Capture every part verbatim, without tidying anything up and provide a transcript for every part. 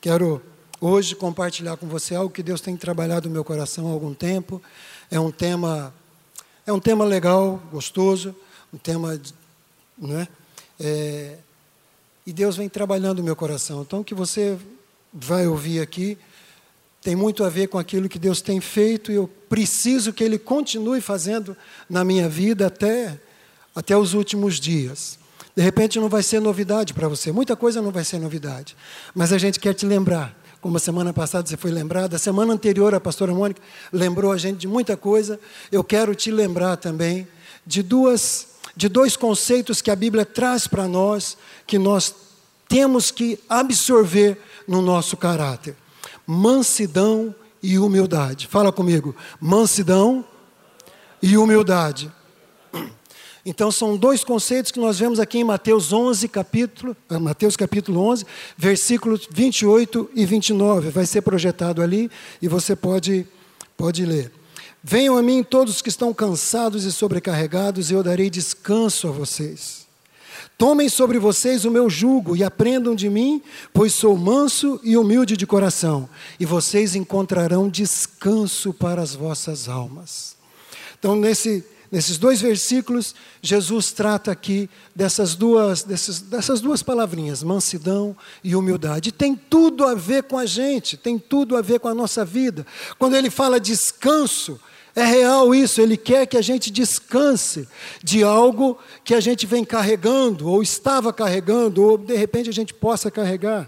Quero hoje compartilhar com você algo que Deus tem trabalhado no meu coração há algum tempo. É um tema, é um tema legal, gostoso, um tema, né? É, e Deus vem trabalhando no meu coração. Então, o que você vai ouvir aqui tem muito a ver com aquilo que Deus tem feito e eu preciso que Ele continue fazendo na minha vida até, até os últimos dias. De repente não vai ser novidade para você, muita coisa não vai ser novidade, mas a gente quer te lembrar, como a semana passada você foi lembrada, a semana anterior a pastora Mônica lembrou a gente de muita coisa, eu quero te lembrar também de, duas, de dois conceitos que a Bíblia traz para nós, que nós temos que absorver no nosso caráter: mansidão e humildade. Fala comigo, mansidão e humildade. Então, são dois conceitos que nós vemos aqui em Mateus onze, capítulo, Mateus capítulo onze, versículos vinte e oito e vinte e nove. Vai ser projetado ali e você pode, pode ler. Venham a mim todos que estão cansados e sobrecarregados, e eu darei descanso a vocês. Tomem sobre vocês o meu jugo e aprendam de mim, pois sou manso e humilde de coração, e vocês encontrarão descanso para as vossas almas. Então, nesse... Nesses dois versículos, Jesus trata aqui dessas duas, dessas, dessas duas palavrinhas, mansidão e humildade. E tem tudo a ver com a gente, tem tudo a ver com a nossa vida. Quando ele fala descanso, é real isso, ele quer que a gente descanse de algo que a gente vem carregando, ou estava carregando, ou de repente a gente possa carregar.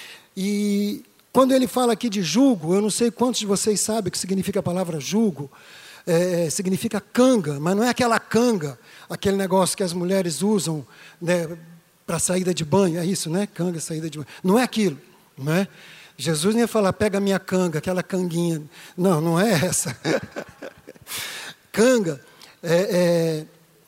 E quando ele fala aqui de jugo, eu não sei quantos de vocês sabem o que significa a palavra jugo. É, significa canga, mas não é aquela canga, aquele negócio que as mulheres usam, né, para saída de banho, é isso, né? Canga, saída de banho. Não é aquilo, não é? Jesus nem ia falar, pega a minha canga, aquela canguinha. Não, não é essa. Canga, é, é,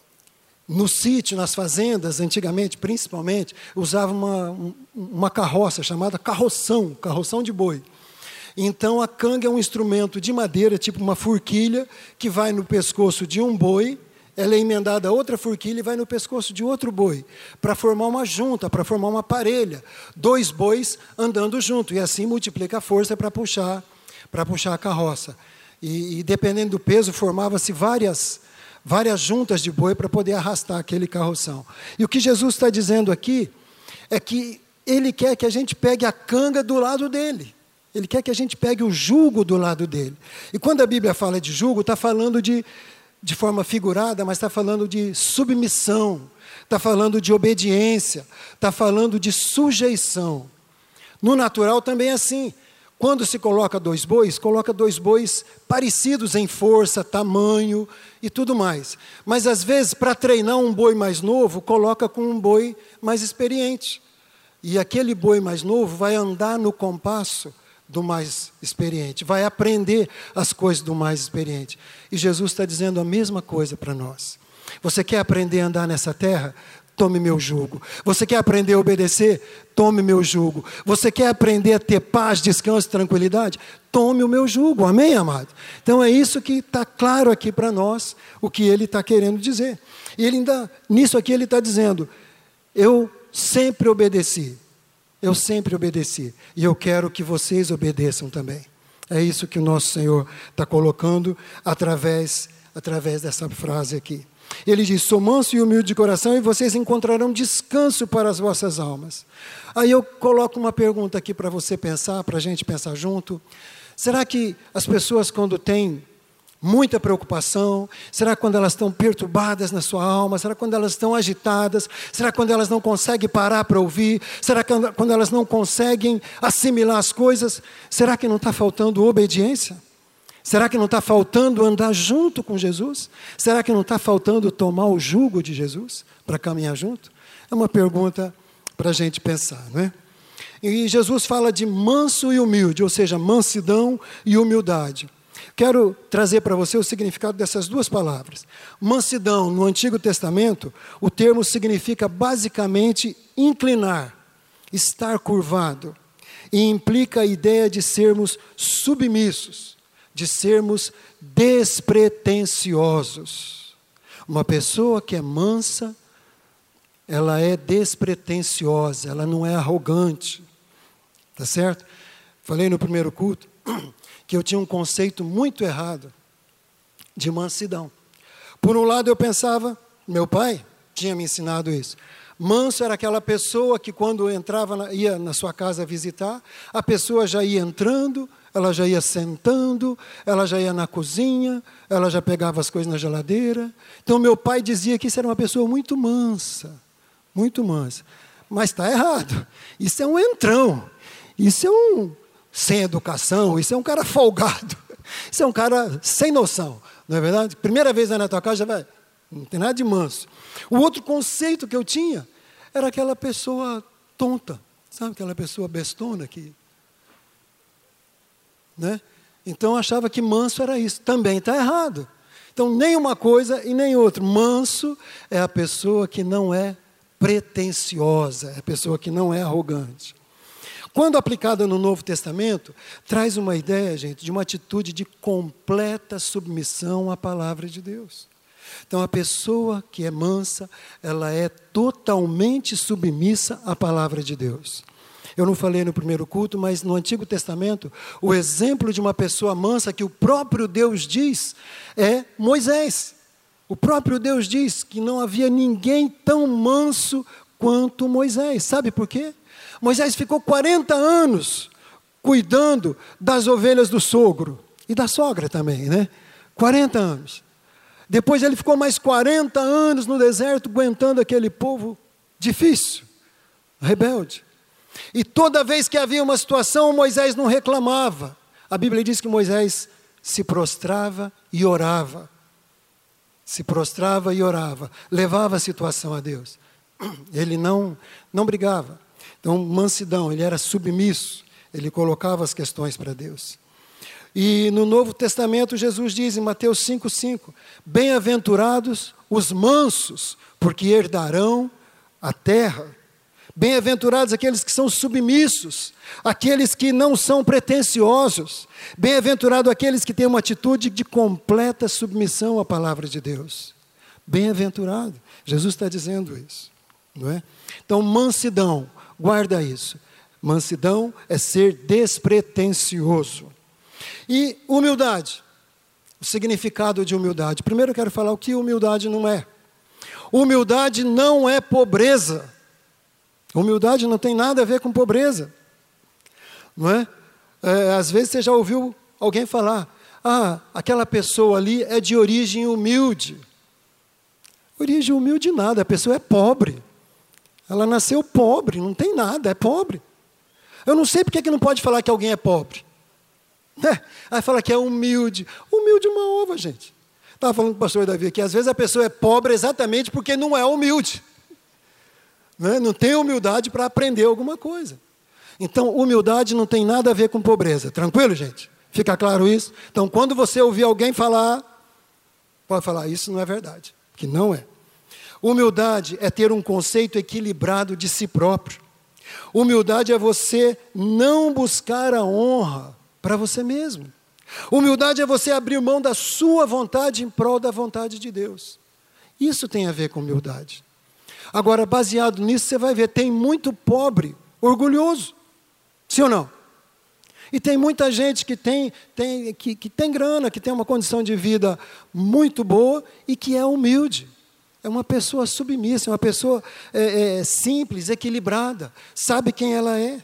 no sítio, nas fazendas, antigamente, principalmente, usava uma, uma carroça chamada carroção, carroção de boi. Então, a canga é um instrumento de madeira, tipo uma forquilha, que vai no pescoço de um boi, ela é emendada a outra forquilha e vai no pescoço de outro boi, para formar uma junta, para formar uma parelha. Dois bois andando junto, e assim multiplica a força para puxar, para puxar a carroça. E, e dependendo do peso, formava-se várias, várias juntas de boi para poder arrastar aquele carroção. E o que Jesus está dizendo aqui é que Ele quer que a gente pegue a canga do lado dele. Ele quer que a gente pegue o jugo do lado dele. E quando a Bíblia fala de jugo, está falando de, de forma figurada, mas está falando de submissão, está falando de obediência, está falando de sujeição. No natural também é assim. Quando se coloca dois bois, coloca dois bois parecidos em força, tamanho e tudo mais. Mas às vezes, para treinar um boi mais novo, coloca com um boi mais experiente. E aquele boi mais novo vai andar no compasso do mais experiente, vai aprender as coisas do mais experiente. E Jesus está dizendo a mesma coisa para nós. Você quer aprender a andar nessa terra? Tome meu jugo. Você quer aprender a obedecer? Tome meu jugo. Você quer aprender a ter paz, descanso e tranquilidade? Tome o meu jugo. Amém, amado? Então é isso que está claro aqui para nós, o que ele está querendo dizer. E ele ainda, nisso aqui ele está dizendo, eu sempre obedeci. Eu sempre obedeci, e eu quero que vocês obedeçam também. É isso que o nosso Senhor está colocando através, através dessa frase aqui. Ele diz, sou manso e humilde de coração, e vocês encontrarão descanso para as vossas almas. Aí eu coloco uma pergunta aqui para você pensar, para a gente pensar junto. Será que as pessoas, quando têm muita preocupação, será quando elas estão perturbadas na sua alma, será quando elas estão agitadas, será quando elas não conseguem parar para ouvir, será quando elas não conseguem assimilar as coisas, será que não está faltando obediência? Será que não está faltando andar junto com Jesus? Será que não está faltando tomar o jugo de Jesus para caminhar junto? É uma pergunta para a gente pensar, não é? E Jesus fala de manso e humilde, ou seja, mansidão e humildade. Quero trazer para você o significado dessas duas palavras. Mansidão, no Antigo Testamento, o termo significa basicamente inclinar, estar curvado, e implica a ideia de sermos submissos, de sermos despretensiosos. Uma pessoa que é mansa, ela é despretensiosa, ela não é arrogante. Tá certo? Falei no primeiro culto que eu tinha um conceito muito errado de mansidão. Por um lado eu pensava, meu pai tinha me ensinado isso, manso era aquela pessoa que quando entrava, na, ia na sua casa visitar, a pessoa já ia entrando, ela já ia sentando, ela já ia na cozinha, ela já pegava as coisas na geladeira. Então meu pai dizia que isso era uma pessoa muito mansa, muito mansa. Mas está errado, isso é um entrão, isso é um sem educação, isso é um cara folgado, isso é um cara sem noção, não é verdade? Primeira vez lá na tua casa, já vai, não tem nada de manso. O outro conceito que eu tinha era aquela pessoa tonta, sabe, aquela pessoa bestona que, né? Então eu achava que manso era isso, também está errado. Então nem uma coisa e nem outra. Manso é a pessoa que não é pretensiosa, é a pessoa que não é arrogante. Quando aplicada no Novo Testamento, traz uma ideia, gente, de uma atitude de completa submissão à palavra de Deus. Então, a pessoa que é mansa, ela é totalmente submissa à palavra de Deus. Eu não falei no primeiro culto, mas no Antigo Testamento, o exemplo de uma pessoa mansa que o próprio Deus diz é Moisés. O próprio Deus diz que não havia ninguém tão manso quanto Moisés. Sabe por quê? Moisés ficou quarenta anos cuidando das ovelhas do sogro e da sogra também, né? quarenta anos. Depois ele ficou mais quarenta anos no deserto aguentando aquele povo difícil, rebelde. E toda vez que havia uma situação, Moisés não reclamava. A Bíblia diz que Moisés se prostrava e orava. Se prostrava e orava. Levava a situação a Deus. Ele não, não brigava. Então, mansidão, ele era submisso. Ele colocava as questões para Deus. E no Novo Testamento, Jesus diz em Mateus cinco, cinco, bem-aventurados os mansos, porque herdarão a terra. Bem-aventurados aqueles que são submissos, aqueles que não são pretensiosos. Bem-aventurado aqueles que têm uma atitude de completa submissão à palavra de Deus. Bem-aventurado, Jesus está dizendo isso, não é? Então, mansidão, guarda isso. Mansidão é ser despretensioso. E humildade, o significado de humildade. Primeiro eu quero falar o que humildade não é. Humildade não é pobreza. Humildade não tem nada a ver com pobreza, não é? É, às vezes você já ouviu alguém falar, ah, aquela pessoa ali é de origem humilde. Origem humilde nada, a pessoa é pobre. Ela nasceu pobre, não tem nada, é pobre. Eu não sei porque que não pode falar que alguém é pobre. É, aí fala que é humilde. Humilde é uma ova, gente. Estava falando com o pastor Davi aqui, às vezes a pessoa é pobre exatamente porque não é humilde. Não, não tem humildade para aprender alguma coisa. Então, humildade não tem nada a ver com pobreza. Tranquilo, gente? Fica claro isso? Então, quando você ouvir alguém falar, pode falar, isso não é verdade. Que não é. Humildade é ter um conceito equilibrado de si próprio. Humildade é você não buscar a honra para você mesmo. Humildade é você abrir mão da sua vontade em prol da vontade de Deus. Isso tem a ver com humildade. Agora, baseado nisso, você vai ver, tem muito pobre orgulhoso. Sim ou não? E tem muita gente que tem, tem, que, que tem grana, que tem uma condição de vida muito boa e que é humilde. É uma pessoa submissa, é uma pessoa é, é, simples, equilibrada, sabe quem ela é.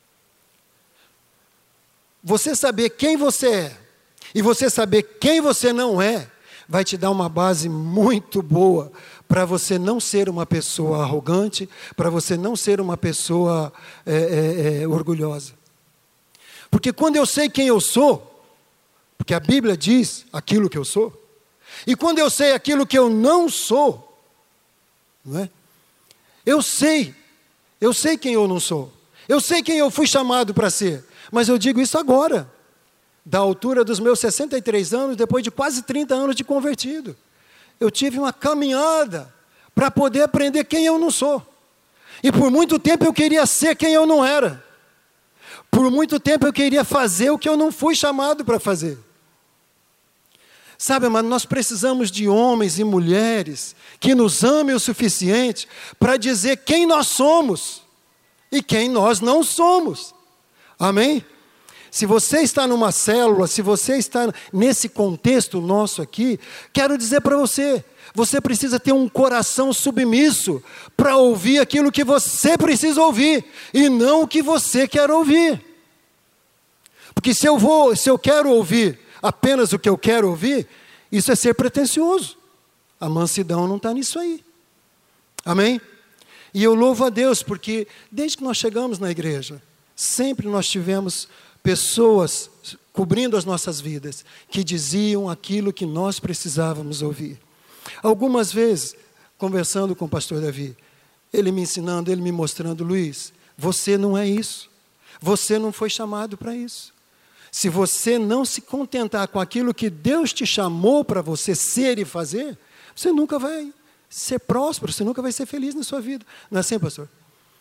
Você saber quem você é e você saber quem você não é, vai te dar uma base muito boa para você não ser uma pessoa arrogante, para você não ser uma pessoa é, é, é, orgulhosa. Porque quando eu sei quem eu sou, porque a Bíblia diz aquilo que eu sou, e quando eu sei aquilo que eu não sou, não é? Eu sei, eu sei quem eu não sou, eu sei quem eu fui chamado para ser, mas eu digo isso agora, da altura dos meus sessenta e três anos, depois de quase trinta anos de convertido. Eu tive uma caminhada para poder aprender quem eu não sou. E por muito tempo eu queria ser quem eu não era. Por muito tempo eu queria fazer o que eu não fui chamado para fazer. Sabe, mas nós precisamos de homens e mulheres que nos amem o suficiente para dizer quem nós somos e quem nós não somos. Amém? Se você está numa célula, se você está nesse contexto nosso aqui, quero dizer para você, você precisa ter um coração submisso para ouvir aquilo que você precisa ouvir e não o que você quer ouvir. Porque se eu vou, se eu quero ouvir apenas o que eu quero ouvir, isso é ser pretensioso. A mansidão não está nisso aí. Amém? E eu louvo a Deus porque desde que nós chegamos na igreja, sempre nós tivemos pessoas cobrindo as nossas vidas, que diziam aquilo que nós precisávamos ouvir. Algumas vezes, conversando com o pastor Davi, ele me ensinando, ele me mostrando, Luiz, você não é isso. Você não foi chamado para isso. Se você não se contentar com aquilo que Deus te chamou para você ser e fazer, você nunca vai ser próspero, você nunca vai ser feliz na sua vida. Não é assim, pastor?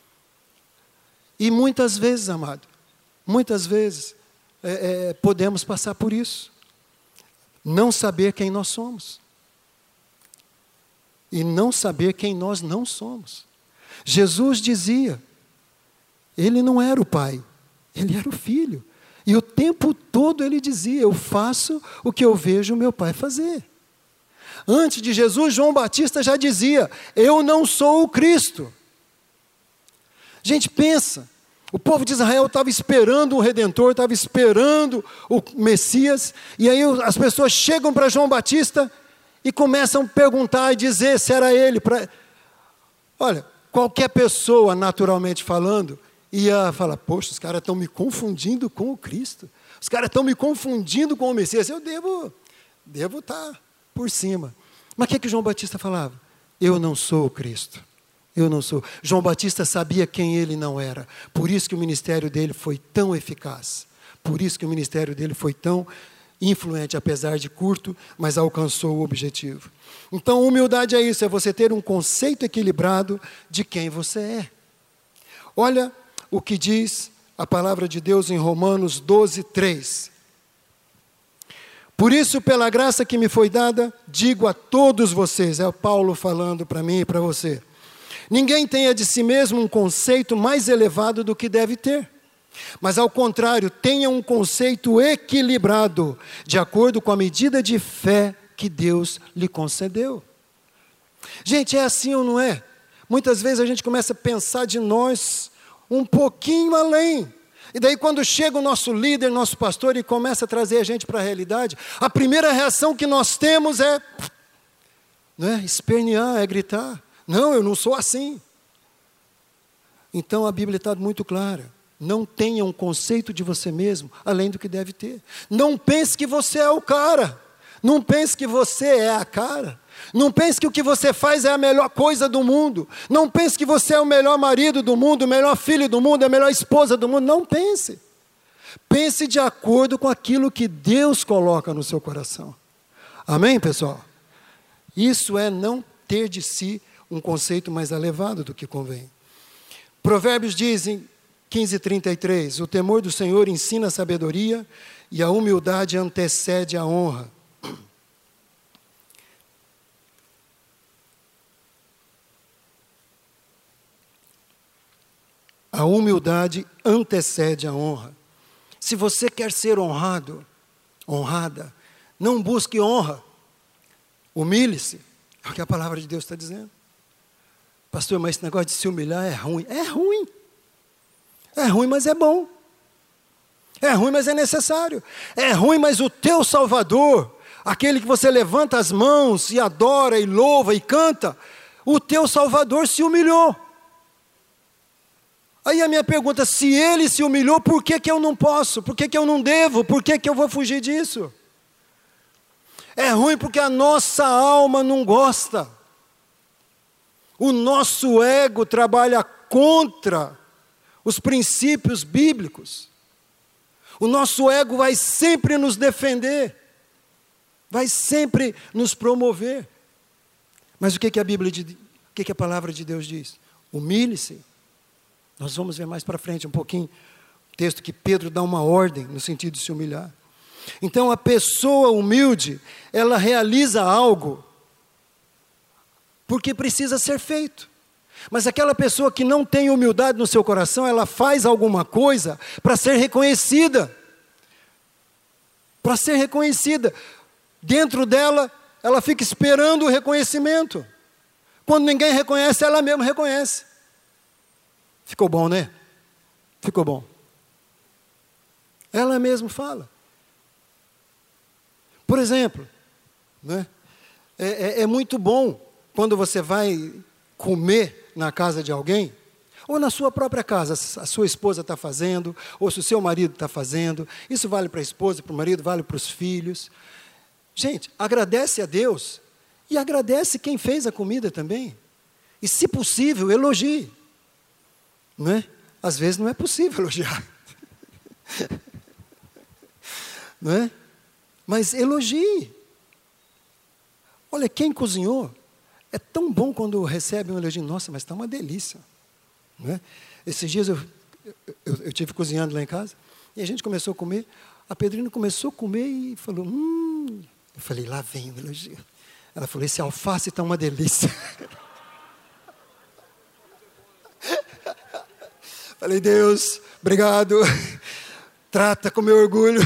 E muitas vezes, amado, muitas vezes é, é, podemos passar por isso. Não saber quem nós somos. E não saber quem nós não somos. Jesus dizia, ele não era o pai, ele era o filho. E o tempo todo ele dizia, eu faço o que eu vejo o meu pai fazer. Antes de Jesus, João Batista já dizia, eu não sou o Cristo. Gente, pensa, o povo de Israel estava esperando o Redentor, estava esperando o Messias, e aí as pessoas chegam para João Batista e começam a perguntar e dizer se era ele. Pra... Olha, qualquer pessoa, naturalmente falando, ia falar, poxa, os caras estão me confundindo com o Cristo, os caras estão me confundindo com o Messias, eu devo devo estar por cima. Mas o que, que João Batista falava? Eu não sou o Cristo. Eu não sou. João Batista sabia quem ele não era. Por isso que o ministério dele foi tão eficaz. Por isso que o ministério dele foi tão influente, apesar de curto, mas alcançou o objetivo. Então, humildade é isso, é você ter um conceito equilibrado de quem você é. Olha o que diz a palavra de Deus em Romanos doze, três. Por isso, pela graça que me foi dada, digo a todos vocês, é o Paulo falando para mim e para você, ninguém tenha de si mesmo um conceito mais elevado do que deve ter. Mas, ao contrário, tenha um conceito equilibrado, de acordo com a medida de fé que Deus lhe concedeu. Gente, é assim ou não é? Muitas vezes a gente começa a pensar de nós um pouquinho além. E daí quando chega o nosso líder, nosso pastor, e começa a trazer a gente para a realidade, a primeira reação que nós temos é, não é espernear, é gritar. Não, eu não sou assim. Então a Bíblia está muito clara. Não tenha um conceito de você mesmo, além do que deve ter. Não pense que você é o cara. Não pense que você é a cara. Não pense que o que você faz é a melhor coisa do mundo. Não pense que você é o melhor marido do mundo, o melhor filho do mundo, a melhor esposa do mundo. Não pense. Pense de acordo com aquilo que Deus coloca no seu coração. Amém, pessoal? Isso é não ter de si um conceito mais elevado do que convém. Provérbios dizem, quinze, trinta e três, o temor do Senhor ensina a sabedoria e a humildade antecede a honra. A humildade antecede a honra. Se você quer ser honrado, honrada, não busque honra. Humilhe-se. É o que a palavra de Deus está dizendo. Pastor, mas esse negócio de se humilhar é ruim. É ruim. É ruim, mas é bom. É ruim, mas é necessário. É ruim, mas o teu Salvador, aquele que você levanta as mãos e adora e louva e canta, o teu Salvador se humilhou. Aí a minha pergunta, se ele se humilhou, por que que eu não posso? Por que que eu não devo? Por que que eu vou fugir disso? É ruim porque a nossa alma não gosta. O nosso ego trabalha contra os princípios bíblicos. O nosso ego vai sempre nos defender. Vai sempre nos promover. Mas o que que a Bíblia, o que que a palavra de Deus diz? Humilhe-se. Nós vamos ver mais para frente um pouquinho o texto que Pedro dá uma ordem no sentido de se humilhar. Então a pessoa humilde, ela realiza algo porque precisa ser feito. Mas aquela pessoa que não tem humildade no seu coração, ela faz alguma coisa para ser reconhecida. Para ser reconhecida. Dentro dela, ela fica esperando o reconhecimento. Quando ninguém reconhece, ela mesma reconhece. Ficou bom, né? Ficou bom. Ela mesma fala. Por exemplo, né? é, é, é muito bom quando você vai comer na casa de alguém, ou na sua própria casa, a sua esposa está fazendo, ou se o seu marido está fazendo. Isso vale para a esposa, para o marido, vale para os filhos. Gente, agradece a Deus e agradece quem fez a comida também. E, se possível, elogie. Não é? Às vezes não é possível elogiar. Não é? Mas elogie. Olha, quem cozinhou, é tão bom quando recebe um elogio. Nossa, mas está uma delícia. Não é? Esses dias eu, eu, eu tive cozinhando lá em casa, e a gente começou a comer. A Pedrina começou a comer e falou, hum. Eu falei, lá vem o elogio. Ela falou, esse alface está uma delícia. Falei, Deus, obrigado. Trata com meu orgulho.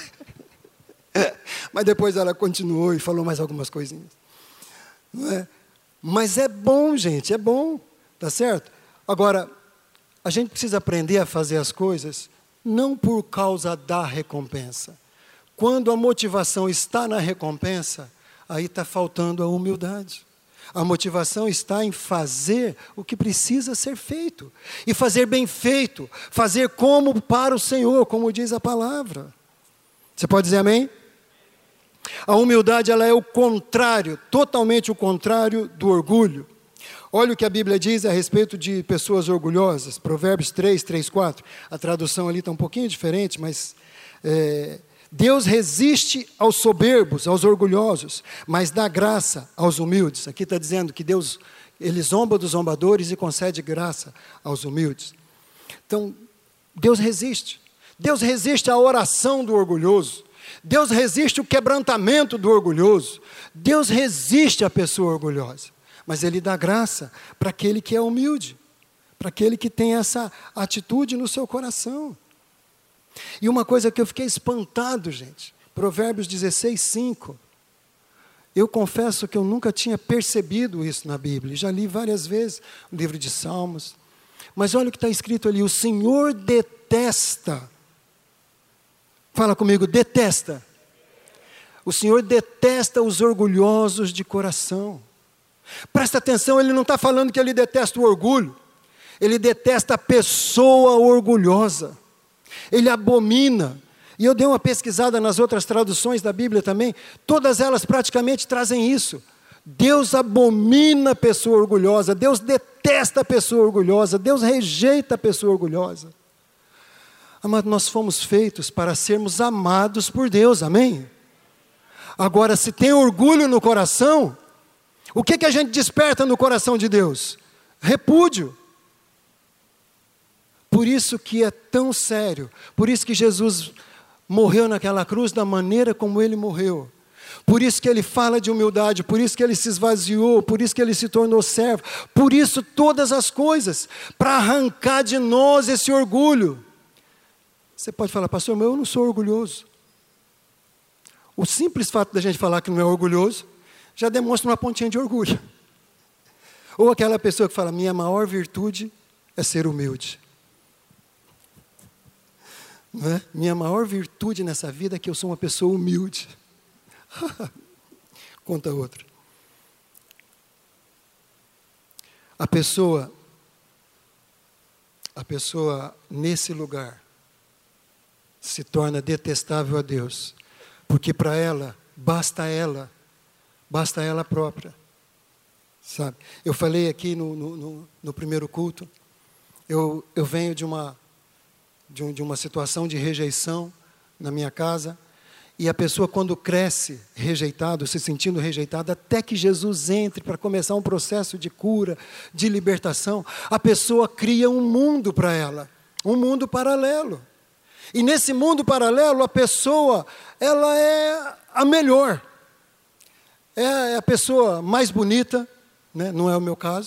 Mas depois ela continuou e falou mais algumas coisinhas. Não é? Mas é bom, gente, é bom, tá certo? Agora, a gente precisa aprender a fazer as coisas não por causa da recompensa. Quando a motivação está na recompensa, aí está faltando a humildade. A motivação está em fazer o que precisa ser feito. E fazer bem feito, fazer como para o Senhor, como diz a palavra. Você pode dizer amém? A humildade, ela é o contrário, totalmente o contrário do orgulho. Olha o que a Bíblia diz a respeito de pessoas orgulhosas. Provérbios três, três, quatro. A tradução ali está um pouquinho diferente, mas... É, Deus resiste aos soberbos, aos orgulhosos, mas dá graça aos humildes. Aqui está dizendo que Deus, Ele zomba dos zombadores e concede graça aos humildes. Então, Deus resiste. Deus resiste à oração do orgulhoso. Deus resiste ao quebrantamento do orgulhoso. Deus resiste à pessoa orgulhosa. Mas Ele dá graça para aquele que é humilde, para aquele que tem essa atitude no seu coração. E uma coisa que eu fiquei espantado, gente, Provérbios dezesseis, cinco. Eu confesso que eu nunca tinha percebido isso na Bíblia. Já li várias vezes o livro de Salmos. Mas olha o que está escrito ali. O Senhor detesta. Fala comigo, detesta. O Senhor detesta os orgulhosos de coração. Presta atenção, Ele não está falando que Ele detesta o orgulho. Ele detesta a pessoa orgulhosa. Ele abomina. E eu dei uma pesquisada nas outras traduções da Bíblia também. Todas elas praticamente trazem isso. Deus abomina a pessoa orgulhosa. Deus detesta a pessoa orgulhosa. Deus rejeita a pessoa orgulhosa. Amado, nós fomos feitos para sermos amados por Deus. Amém? Agora, se tem orgulho no coração, o que, que a gente desperta no coração de Deus? Repúdio. Por isso que é tão sério. Por isso que Jesus morreu naquela cruz da maneira como Ele morreu. Por isso que Ele fala de humildade. Por isso que Ele se esvaziou. Por isso que Ele se tornou servo. Por isso todas as coisas. Para arrancar de nós esse orgulho. Você pode falar, pastor, mas eu não sou orgulhoso. O simples fato da gente falar que não é orgulhoso, já demonstra uma pontinha de orgulho. Ou aquela pessoa que fala, minha maior virtude é ser humilde. Não é? Minha maior virtude nessa vida é que eu sou uma pessoa humilde. Conta outra. A pessoa, a pessoa nesse lugar se torna detestável a Deus, porque para ela, basta ela, basta ela própria, sabe? Eu falei aqui no, no, no, no primeiro culto, eu, eu venho de uma, de, um, de uma situação de rejeição na minha casa, e a pessoa quando cresce rejeitado, se sentindo rejeitado, até que Jesus entre para começar um processo de cura, de libertação, a pessoa cria um mundo para ela, um mundo paralelo. E nesse mundo paralelo, a pessoa, ela é a melhor. É a pessoa mais bonita, né? Não é o meu caso,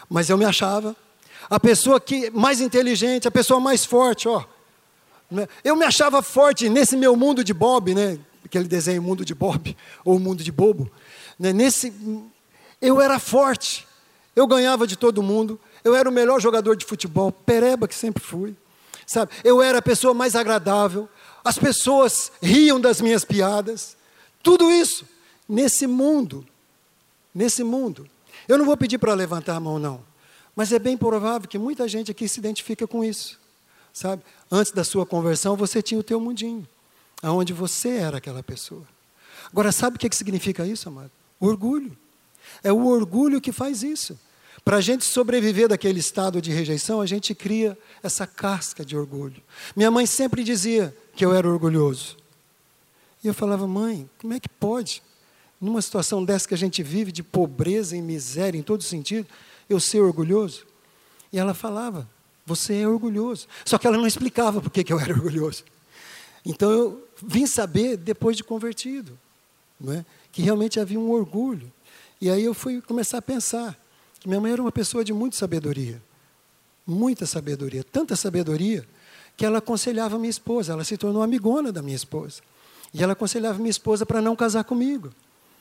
Mas eu me achava a pessoa que, mais inteligente, a pessoa mais forte, ó. Eu me achava forte nesse meu mundo de Bob, né? Aquele desenho Mundo de Bob, ou Mundo de Bobo. Né? Nesse, eu era forte, eu ganhava de todo mundo, eu era o melhor jogador de futebol, pereba que sempre fui. Sabe? Eu era a pessoa mais agradável, as pessoas riam das minhas piadas, tudo isso, nesse mundo, nesse mundo. Eu não vou pedir para levantar a mão, não, mas é bem provável que muita gente aqui se identifica com isso, sabe? Antes da sua conversão, você tinha o teu mundinho, onde você era aquela pessoa. Agora, sabe o que significa isso, amado? Orgulho. É o orgulho que faz isso. Para a gente sobreviver daquele estado de rejeição, a gente cria essa casca de orgulho. Minha mãe sempre dizia que eu era orgulhoso. E eu falava, mãe, como é que pode? Numa situação dessa que a gente vive, de pobreza e miséria em todo sentido, eu ser orgulhoso? E ela falava, você é orgulhoso. Só que ela não explicava por que que eu era orgulhoso. Então eu vim saber depois de convertido, não é? Que realmente havia um orgulho. E aí eu fui começar a pensar que minha mãe era uma pessoa de muita sabedoria, muita sabedoria, tanta sabedoria, que ela aconselhava minha esposa, ela se tornou amigona da minha esposa. E ela aconselhava minha esposa para não casar comigo.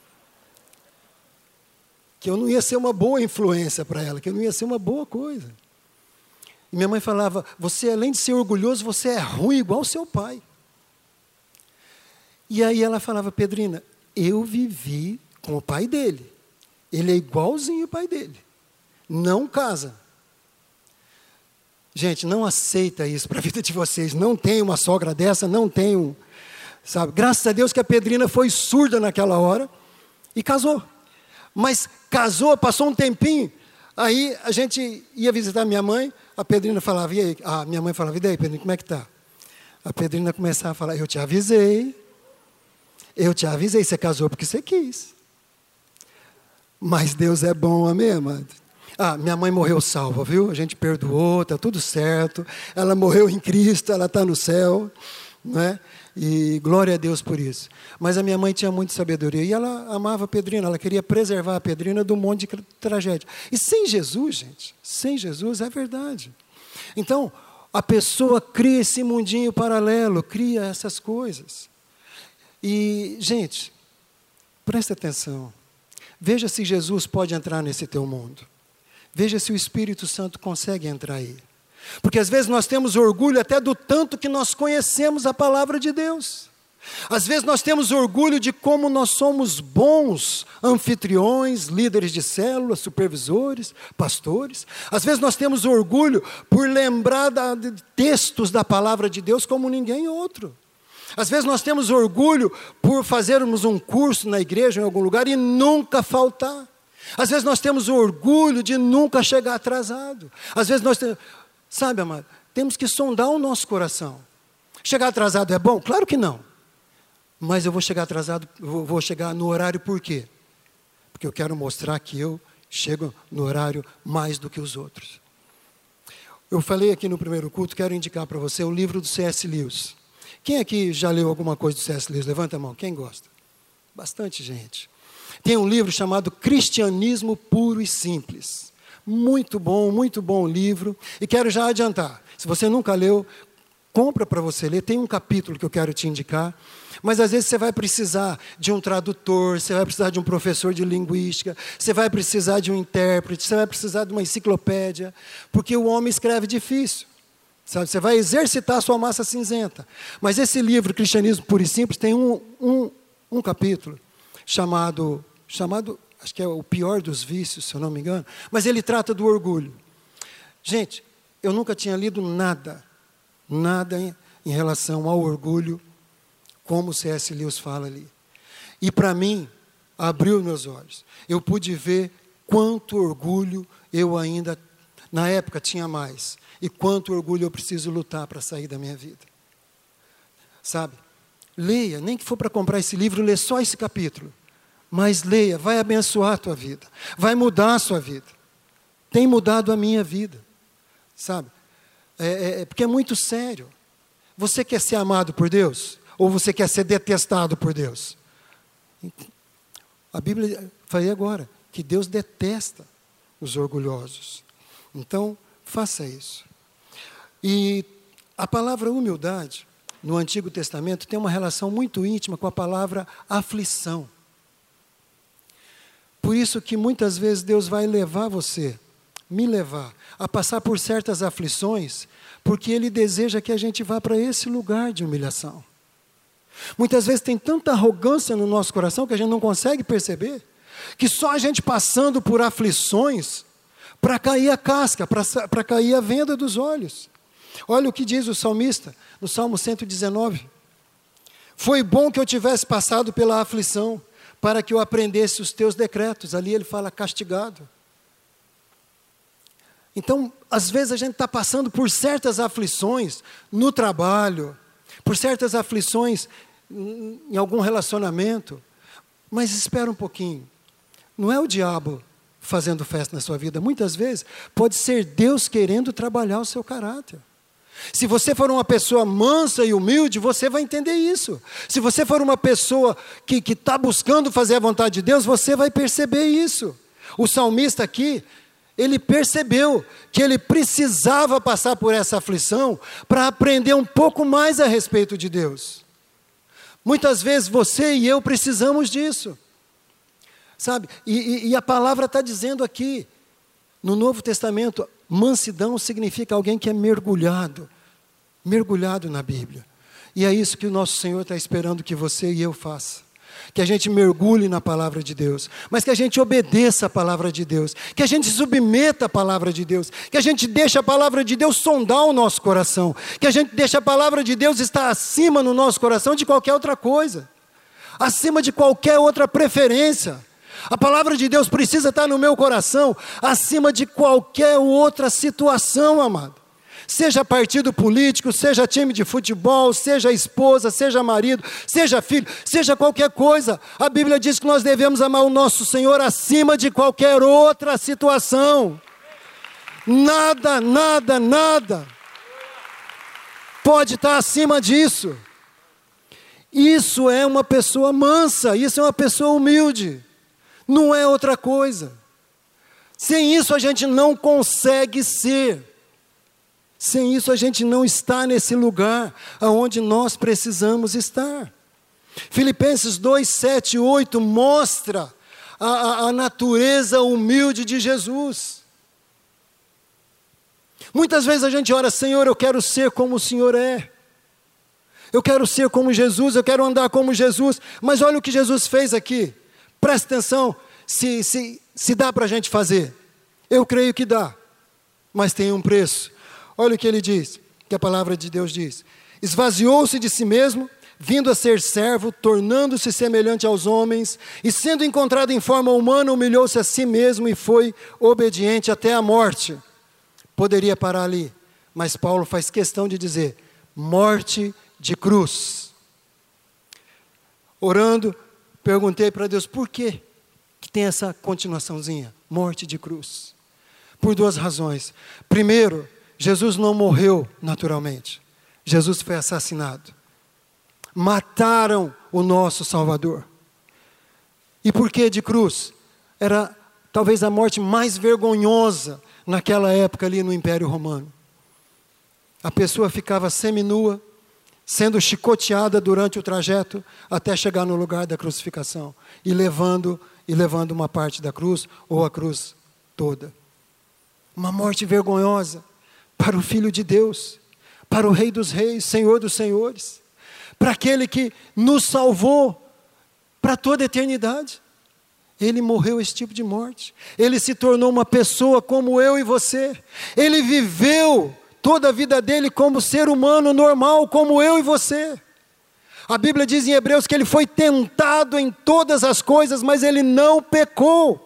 Que eu não ia ser uma boa influência para ela, que eu não ia ser uma boa coisa. E minha mãe falava, você além de ser orgulhoso, você é ruim igual o seu pai. E aí ela falava, Pedrina, eu vivi com o pai dele. Ele é igualzinho o pai dele. Não casa. Gente, não aceita isso para a vida de vocês. Não tem uma sogra dessa, não tem um... Sabe? Graças a Deus que a Pedrina foi surda naquela hora e casou. Mas casou, passou um tempinho, aí a gente ia visitar minha mãe, a Pedrina falava, e aí? A minha mãe falava, e daí, Pedrina, como é que está? A Pedrina começava a falar, eu te avisei, eu te avisei, você casou porque você quis. Mas Deus é bom, amém, amado? Ah, minha mãe morreu salva, viu? A gente perdoou, está tudo certo. Ela morreu em Cristo, ela está no céu, não é? E glória a Deus por isso. Mas a minha mãe tinha muita sabedoria. E ela amava a Pedrina, ela queria preservar a Pedrina do monte de tragédia. E sem Jesus, gente, sem Jesus é verdade. Então, a pessoa cria esse mundinho paralelo, cria essas coisas. E, gente, presta atenção. Veja se Jesus pode entrar nesse teu mundo. Veja se o Espírito Santo consegue entrar aí. Porque às vezes nós temos orgulho até do tanto que nós conhecemos a palavra de Deus. Às vezes nós temos orgulho de como nós somos bons anfitriões, líderes de células, supervisores, pastores. Às vezes nós temos orgulho por lembrar da, de textos da palavra de Deus como ninguém outro. Às vezes nós temos orgulho por fazermos um curso na igreja, em algum lugar, e nunca faltar. Às vezes nós temos orgulho de nunca chegar atrasado. Às vezes nós temos... Sabe, amado, temos que sondar o nosso coração. Chegar atrasado é bom? Claro que não. Mas eu vou chegar atrasado, vou chegar no horário por quê? Porque eu quero mostrar que eu chego no horário mais do que os outros. Eu falei aqui no primeiro culto, quero indicar para você o livro do C S Lewis. Quem aqui já leu alguma coisa do C S Lewis? Levanta a mão, quem gosta? Bastante gente. Tem um livro chamado Cristianismo Puro e Simples. Muito bom, muito bom livro. E quero já adiantar, se você nunca leu, compra para você ler. Tem um capítulo que eu quero te indicar. Mas às vezes você vai precisar de um tradutor, você vai precisar de um professor de linguística, você vai precisar de um intérprete, você vai precisar de uma enciclopédia, porque o homem escreve difícil. Sabe? Você vai exercitar a sua massa cinzenta. Mas esse livro, Cristianismo Puro e Simples, tem um, um, um capítulo chamado, chamado, acho que é o pior dos vícios, se eu não me engano, mas ele trata do orgulho. Gente, eu nunca tinha lido nada, nada em, em relação ao orgulho, como o C S Lewis fala ali. E para mim, abriu meus olhos. Eu pude ver quanto orgulho eu ainda, na época, tinha mais. E quanto orgulho eu preciso lutar para sair da minha vida. Sabe? Leia, nem que for para comprar esse livro, lê só esse capítulo. Mas leia, vai abençoar a tua vida. Vai mudar a sua vida. Tem mudado a minha vida. Sabe? É, é, é porque é muito sério. Você quer ser amado por Deus? Ou você quer ser detestado por Deus? A Bíblia, falei agora, que Deus detesta os orgulhosos. Então, faça isso. E a palavra humildade, no Antigo Testamento, tem uma relação muito íntima com a palavra aflição. Por isso que muitas vezes Deus vai levar você, me levar, a passar por certas aflições, porque Ele deseja que a gente vá para esse lugar de humilhação. Muitas vezes tem tanta arrogância no nosso coração que a gente não consegue perceber, que só a gente passando por aflições, para cair a casca, para cair a venda dos olhos. Olha o que diz o salmista, no Salmo cento e dezenove. Foi bom que eu tivesse passado pela aflição, para que eu aprendesse os teus decretos. Ali ele fala castigado. Então, às vezes a gente está passando por certas aflições no trabalho, por certas aflições em algum relacionamento, mas espera um pouquinho. Não é o diabo fazendo festa na sua vida. Muitas vezes pode ser Deus querendo trabalhar o seu caráter. Se você for uma pessoa mansa e humilde, você vai entender isso. Se você for uma pessoa que está buscando fazer a vontade de Deus, você vai perceber isso. O salmista aqui, ele percebeu que ele precisava passar por essa aflição para aprender um pouco mais a respeito de Deus. Muitas vezes você e eu precisamos disso. Sabe? E, e, e a palavra está dizendo aqui, no Novo Testamento, mansidão significa alguém que é mergulhado, mergulhado na Bíblia. E é isso que o nosso Senhor está esperando que você e eu faça. Que a gente mergulhe na palavra de Deus, mas que a gente obedeça a palavra de Deus, que a gente submeta a palavra de Deus, que a gente deixe a palavra de Deus sondar o nosso coração, que a gente deixe a palavra de Deus estar acima no nosso coração de qualquer outra coisa, acima de qualquer outra preferência. A palavra de Deus precisa estar no meu coração, acima de qualquer outra situação, amado. Seja partido político, seja time de futebol, seja esposa, seja marido, seja filho, seja qualquer coisa. A Bíblia diz que nós devemos amar o nosso Senhor acima de qualquer outra situação. Nada, nada, nada pode estar acima disso. Isso é uma pessoa mansa, isso é uma pessoa humilde. Não é outra coisa. Sem isso a gente não consegue ser. Sem isso a gente não está nesse lugar aonde nós precisamos estar. Filipenses dois, sete e oito mostra a, a, a natureza humilde de Jesus. Muitas vezes a gente ora, Senhor, eu quero ser como o Senhor é. Eu quero ser como Jesus, eu quero andar como Jesus. Mas olha o que Jesus fez aqui. Presta atenção, se, se, se dá para a gente fazer. Eu creio que dá, mas tem um preço. Olha o que ele diz, que a palavra de Deus diz. Esvaziou-se de si mesmo, vindo a ser servo, tornando-se semelhante aos homens, e sendo encontrado em forma humana, humilhou-se a si mesmo e foi obediente até a morte. Poderia parar ali, mas Paulo faz questão de dizer, morte de cruz. Orando, perguntei para Deus, por quê que tem essa continuaçãozinha? Morte de cruz. Por duas razões. Primeiro, Jesus não morreu naturalmente. Jesus foi assassinado. Mataram o nosso Salvador. E por que de cruz? Era talvez a morte mais vergonhosa naquela época ali no Império Romano. A pessoa ficava seminua, sendo chicoteada durante o trajeto até chegar no lugar da crucificação e levando, e levando uma parte da cruz ou a cruz toda. Uma morte vergonhosa para o Filho de Deus, para o Rei dos Reis, Senhor dos Senhores, para aquele que nos salvou para toda a eternidade. Ele morreu esse tipo de morte. Ele se tornou uma pessoa como eu e você. Ele viveu toda a vida dele como ser humano normal, como eu e você. A Bíblia diz em Hebreus que ele foi tentado em todas as coisas, mas ele não pecou.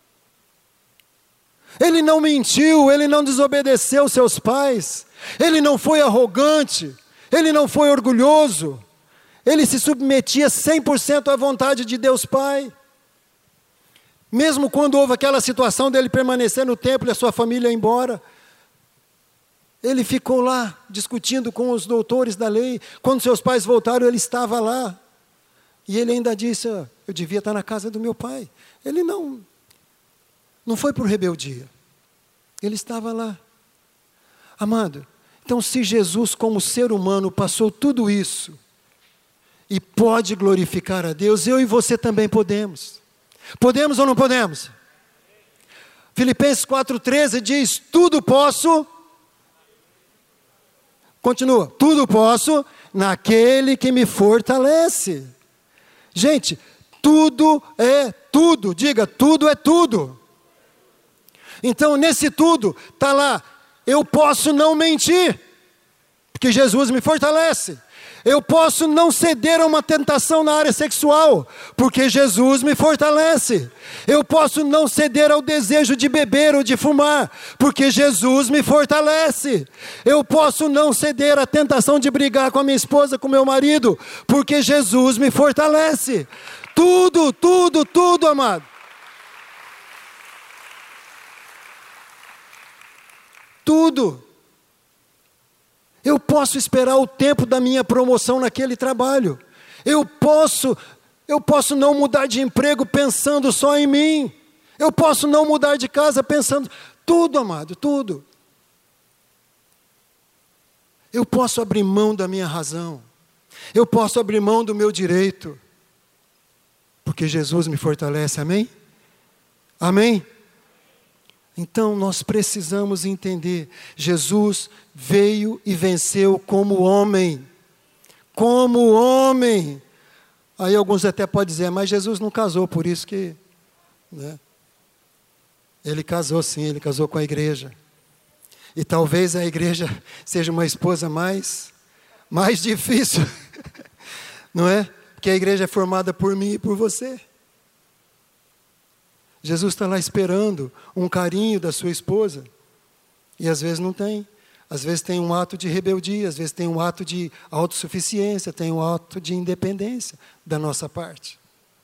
Ele não mentiu, ele não desobedeceu seus pais, ele não foi arrogante, ele não foi orgulhoso, ele se submetia cem por cento à vontade de Deus Pai. Mesmo quando houve aquela situação dele permanecer no templo e a sua família ir embora, ele ficou lá discutindo com os doutores da lei. Quando seus pais voltaram, ele estava lá. E ele ainda disse, eu devia estar na casa do meu pai. Ele não, Não foi por rebeldia. Ele estava lá. Amado, então se Jesus como ser humano passou tudo isso e pode glorificar a Deus, eu e você também podemos. Podemos ou não podemos? Filipenses quatro, treze diz, tudo posso, continua, tudo posso naquele que me fortalece. Gente, tudo é tudo, diga, tudo é tudo. Então nesse tudo, está lá, eu posso não mentir, porque Jesus me fortalece. Eu posso não ceder a uma tentação na área sexual, porque Jesus me fortalece. Eu posso não ceder ao desejo de beber ou de fumar, porque Jesus me fortalece. Eu posso não ceder à tentação de brigar com a minha esposa, com o meu marido, porque Jesus me fortalece. Tudo, tudo, tudo, amado. Tudo. Eu posso esperar o tempo da minha promoção naquele trabalho. Eu posso, eu posso não mudar de emprego pensando só em mim. Eu posso não mudar de casa pensando... Tudo, amado, tudo. Eu posso abrir mão da minha razão. Eu posso abrir mão do meu direito. Porque Jesus me fortalece, amém? Amém? Então nós precisamos entender, Jesus veio e venceu como homem, como homem. Aí alguns até podem dizer, mas Jesus não casou, por isso que... Né? Ele casou sim, ele casou com a igreja. E talvez a igreja seja uma esposa mais, mais difícil, não é? Porque a igreja é formada por mim e por você. Jesus está lá esperando um carinho da sua esposa. E às vezes não tem. Às vezes tem um ato de rebeldia, às vezes tem um ato de autossuficiência, tem um ato de independência da nossa parte.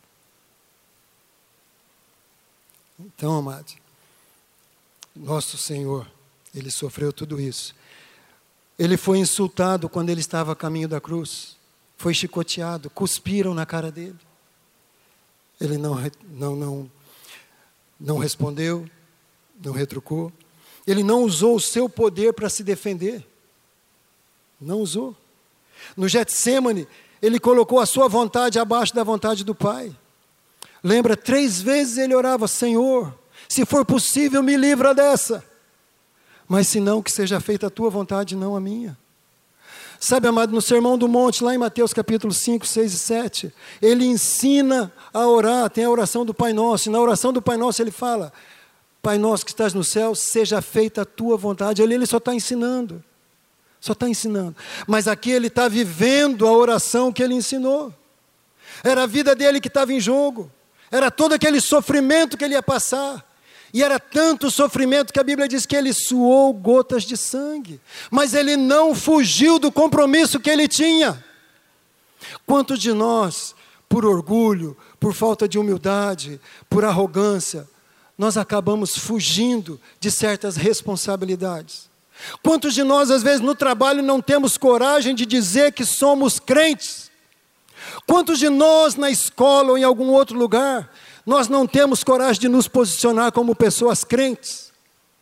Então, amado, nosso Senhor, Ele sofreu tudo isso. Ele foi insultado quando Ele estava a caminho da cruz. Foi chicoteado, cuspiram na cara dele. Ele não... não, não Não respondeu, não retrucou. Ele não usou o seu poder para se defender. Não usou. No Getsêmani, ele colocou a sua vontade abaixo da vontade do Pai. Lembra, três vezes ele orava, Senhor, se for possível, me livra dessa. Mas se não, que seja feita a tua vontade, não a minha. Sabe, amado, no Sermão do Monte, lá em Mateus capítulo cinco, seis e sete, ele ensina a orar, tem a oração do Pai Nosso, e na oração do Pai Nosso ele fala, Pai Nosso que estás no céu, seja feita a tua vontade. Ali ele só está ensinando, só está ensinando. Mas aqui ele está vivendo a oração que ele ensinou. Era a vida dele que estava em jogo, era todo aquele sofrimento que ele ia passar. E era tanto sofrimento que a Bíblia diz que ele suou gotas de sangue. Mas ele não fugiu do compromisso que ele tinha. Quantos de nós, por orgulho, por falta de humildade, por arrogância, nós acabamos fugindo de certas responsabilidades? Quantos de nós, às vezes, no trabalho não temos coragem de dizer que somos crentes? Quantos de nós, na escola ou em algum outro lugar, nós não temos coragem de nos posicionar como pessoas crentes?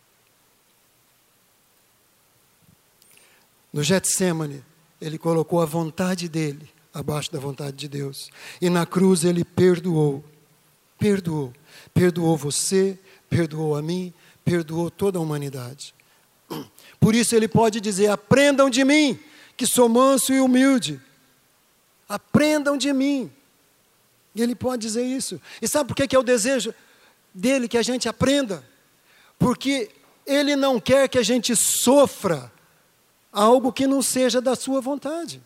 No Getsêmani, ele colocou a vontade dele abaixo da vontade de Deus. E na cruz ele perdoou. Perdoou. Perdoou você, perdoou a mim, perdoou toda a humanidade. Por isso ele pode dizer, aprendam de mim, que sou manso e humilde. Aprendam de mim. E ele pode dizer isso. E sabe por que, que é o desejo dele que a gente aprenda? Porque ele não quer que a gente sofra algo que não seja da sua vontade.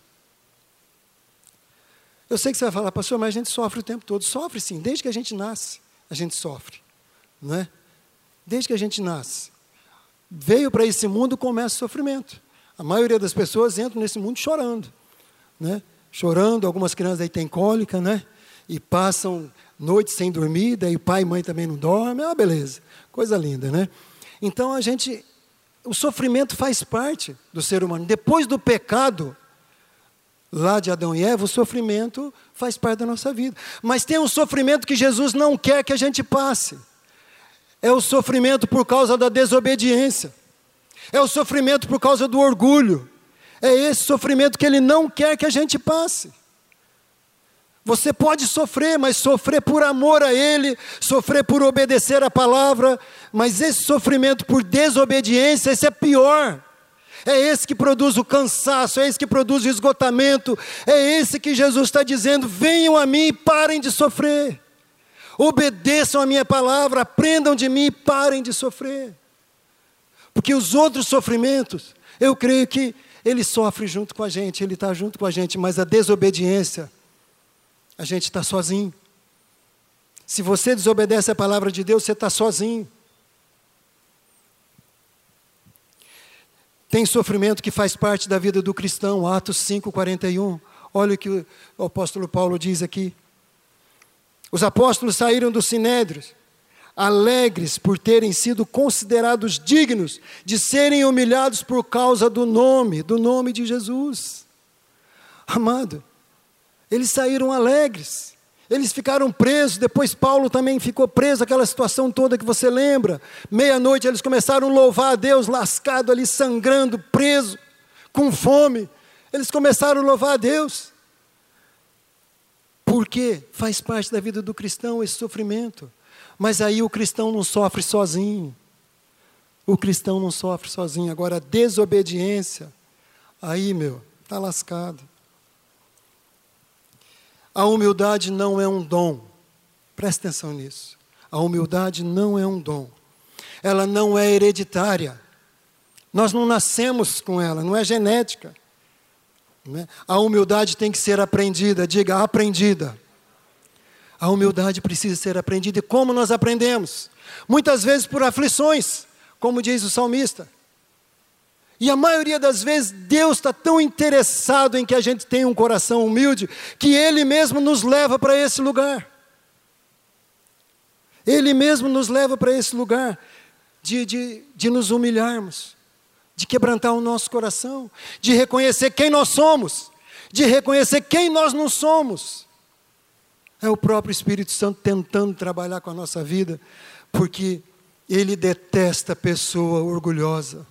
Eu sei que você vai falar, pastor, mas a gente sofre o tempo todo. Sofre sim, desde que a gente nasce, a gente sofre. Não é? Desde que a gente nasce. Veio para esse mundo, começa o sofrimento. A maioria das pessoas entram nesse mundo chorando. Né? Chorando, algumas crianças aí têm cólica, né? E passam noites sem dormir, daí pai e mãe também não dormem, ah, beleza, coisa linda, né? Então a gente, o sofrimento faz parte do ser humano. Depois do pecado, lá de Adão e Eva, o sofrimento faz parte da nossa vida. Mas tem um sofrimento que Jesus não quer que a gente passe. é o sofrimento por causa da desobediência, é o sofrimento por causa do orgulho, é esse sofrimento que Ele não quer que a gente passe. Você pode sofrer, mas sofrer por amor a Ele, sofrer por obedecer a palavra, mas esse sofrimento por desobediência, esse é pior. É esse que produz o cansaço, é esse que produz o esgotamento, é esse que Jesus está dizendo: venham a mim e parem de sofrer. Obedeçam a minha palavra, aprendam de mim e parem de sofrer. Porque os outros sofrimentos, eu creio que Ele sofre junto com a gente, Ele está junto com a gente, mas a desobediência, a gente está sozinho. Se você desobedece a palavra de Deus, você está sozinho. Tem sofrimento que faz parte da vida do cristão, Atos cinco, quarenta e um. Olha o que o apóstolo Paulo diz aqui. Os apóstolos saíram do Sinédrio, alegres por terem sido considerados dignos de serem humilhados por causa do nome, do nome de Jesus. Amado, eles saíram alegres, eles ficaram presos, depois Paulo também ficou preso, aquela situação toda que você lembra. Meia-noite eles começaram a louvar a Deus, lascado ali, sangrando, preso, com fome. Eles começaram a louvar a Deus. Porque faz parte da vida do cristão esse sofrimento. Mas aí o cristão não sofre sozinho. O cristão não sofre sozinho. Agora a desobediência, aí meu, está lascado. A humildade não é um dom. Presta atenção nisso. A humildade não é um dom. Ela não é hereditária. Nós não nascemos com ela, não é genética. Né? A humildade tem que ser aprendida. Diga, aprendida. A humildade precisa ser aprendida. E como nós aprendemos? Muitas vezes por aflições, como diz o salmista. E a maioria das vezes Deus está tão interessado em que a gente tenha um coração humilde, que Ele mesmo nos leva para esse lugar. Ele mesmo nos leva para esse lugar de, de, de nos humilharmos, de quebrantar o nosso coração, de reconhecer quem nós somos, de reconhecer quem nós não somos. É o próprio Espírito Santo tentando trabalhar com a nossa vida, porque Ele detesta a pessoa orgulhosa.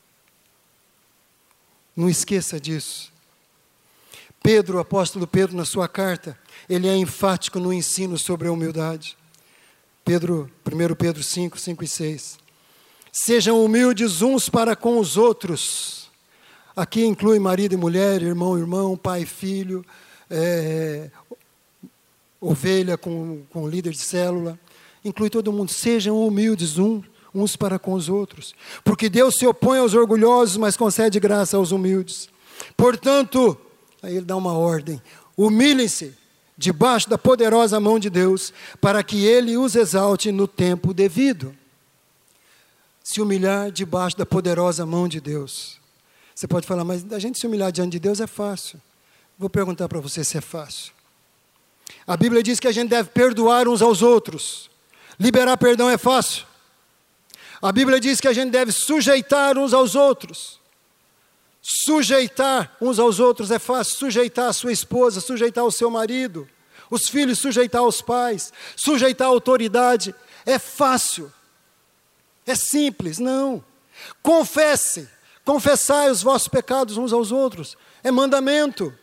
Não esqueça disso. Pedro, o apóstolo Pedro, na sua carta, ele é enfático no ensino sobre a humildade. Pedro, primeiro Pedro cinco, cinco e seis. Sejam humildes uns para com os outros. Aqui inclui marido e mulher, irmão e irmão, pai e filho, é, ovelha com, com líder de célula. Inclui todo mundo. Sejam humildes uns. uns para com os outros, porque Deus se opõe aos orgulhosos, mas concede graça aos humildes. Portanto, aí ele dá uma ordem: humilhem-se debaixo da poderosa mão de Deus, para que Ele os exalte no tempo devido. Se humilhar debaixo da poderosa mão de Deus. Você pode falar, mas a gente se humilhar diante de Deus é fácil. Vou perguntar para você se é fácil. A Bíblia diz que a gente deve perdoar uns aos outros. Liberar perdão é fácil. A Bíblia diz que a gente deve sujeitar uns aos outros. Sujeitar uns aos outros é fácil. Sujeitar a sua esposa, sujeitar o seu marido, os filhos sujeitar aos pais, sujeitar a autoridade. É fácil. É simples, não. Confesse, confessai os vossos pecados uns aos outros. É mandamento.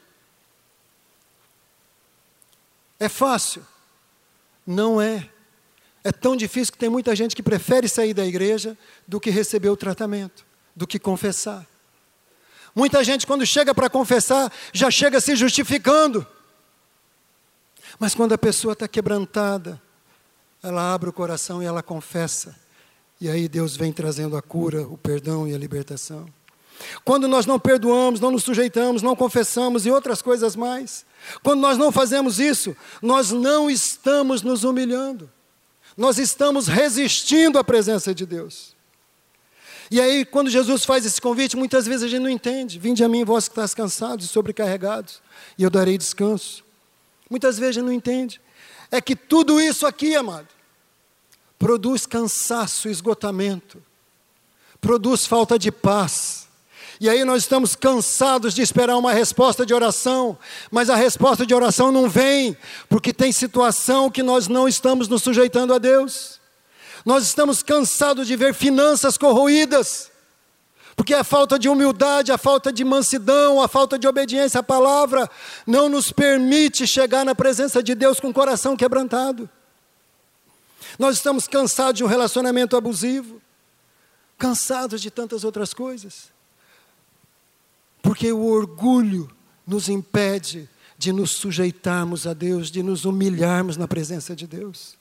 É fácil? Não é. É tão difícil que tem muita gente que prefere sair da igreja do que receber o tratamento, do que confessar. Muita gente, quando chega para confessar, já chega se justificando. Mas quando a pessoa está quebrantada, ela abre o coração e ela confessa. E aí Deus vem trazendo a cura, o perdão e a libertação. Quando nós não perdoamos, não nos sujeitamos, não confessamos e outras coisas mais, quando nós não fazemos isso, nós não estamos nos humilhando. Nós estamos resistindo à presença de Deus. E aí, quando Jesus faz esse convite, muitas vezes a gente não entende. Vinde a mim, vós que estáis cansados e sobrecarregados, e eu darei descanso. Muitas vezes a gente não entende. É que tudo isso aqui, amado, produz cansaço, esgotamento, produz falta de paz. E aí nós estamos cansados de esperar uma resposta de oração, mas a resposta de oração não vem, porque tem situação que nós não estamos nos sujeitando a Deus. Nós estamos cansados de ver finanças corroídas, porque a falta de humildade, a falta de mansidão, a falta de obediência à palavra, não nos permite chegar na presença de Deus com o coração quebrantado. Nós estamos cansados de um relacionamento abusivo, cansados de tantas outras coisas, porque o orgulho nos impede de nos sujeitarmos a Deus, de nos humilharmos na presença de Deus.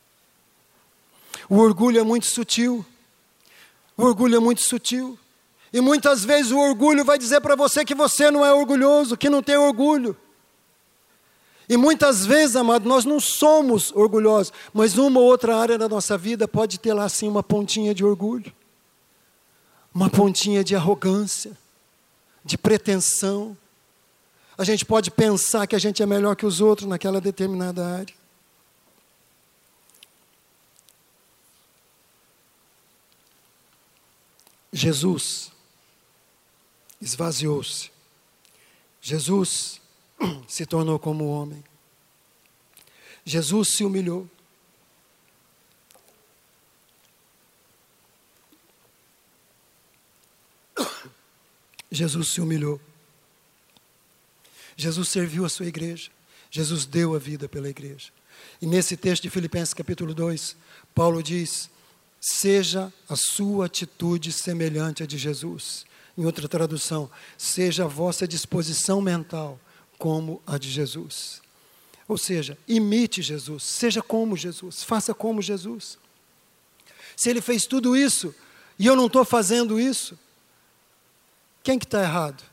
O orgulho é muito sutil, o orgulho é muito sutil, e muitas vezes o orgulho vai dizer para você que você não é orgulhoso, que não tem orgulho. E muitas vezes, amado, nós não somos orgulhosos, mas uma ou outra área da nossa vida pode ter lá assim uma pontinha de orgulho, uma pontinha de arrogância, de pretensão. A gente pode pensar que a gente é melhor que os outros naquela determinada área. Jesus esvaziou-se. Jesus se tornou como homem. Jesus se humilhou. Jesus se humilhou. Jesus serviu a sua igreja. Jesus deu a vida pela igreja. E nesse texto de Filipenses capítulo dois, Paulo diz: seja a sua atitude semelhante à de Jesus. Em outra tradução, seja a vossa disposição mental como a de Jesus. Ou seja, imite Jesus, seja como Jesus, faça como Jesus. Se ele fez tudo isso, e eu não estou fazendo isso, quem que está errado?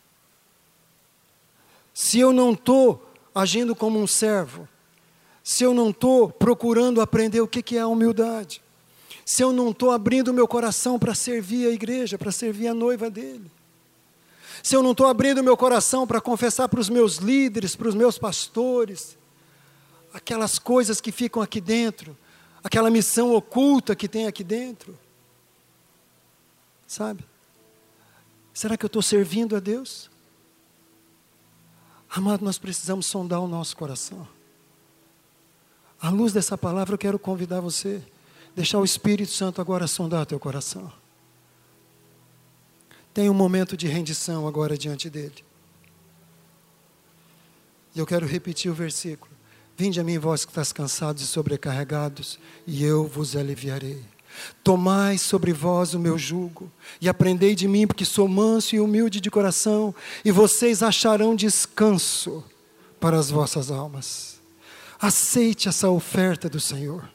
Se eu não estou agindo como um servo, se eu não estou procurando aprender o que, que é a humildade, se eu não estou abrindo o meu coração para servir a igreja, para servir a noiva dele, se eu não estou abrindo o meu coração para confessar para os meus líderes, para os meus pastores, aquelas coisas que ficam aqui dentro, aquela missão oculta que tem aqui dentro, sabe? Será que eu estou servindo a Deus? Amado, nós precisamos sondar o nosso coração. À luz dessa palavra, eu quero convidar você, deixar o Espírito Santo agora sondar teu coração. Tenha um momento de rendição agora diante dele. E eu quero repetir o versículo. Vinde a mim, vós que estáis cansados e sobrecarregados, e eu vos aliviarei. Tomai sobre vós o meu jugo, e aprendei de mim, porque sou manso e humilde de coração, e vocês acharão descanso para as vossas almas. Aceite essa oferta do Senhor.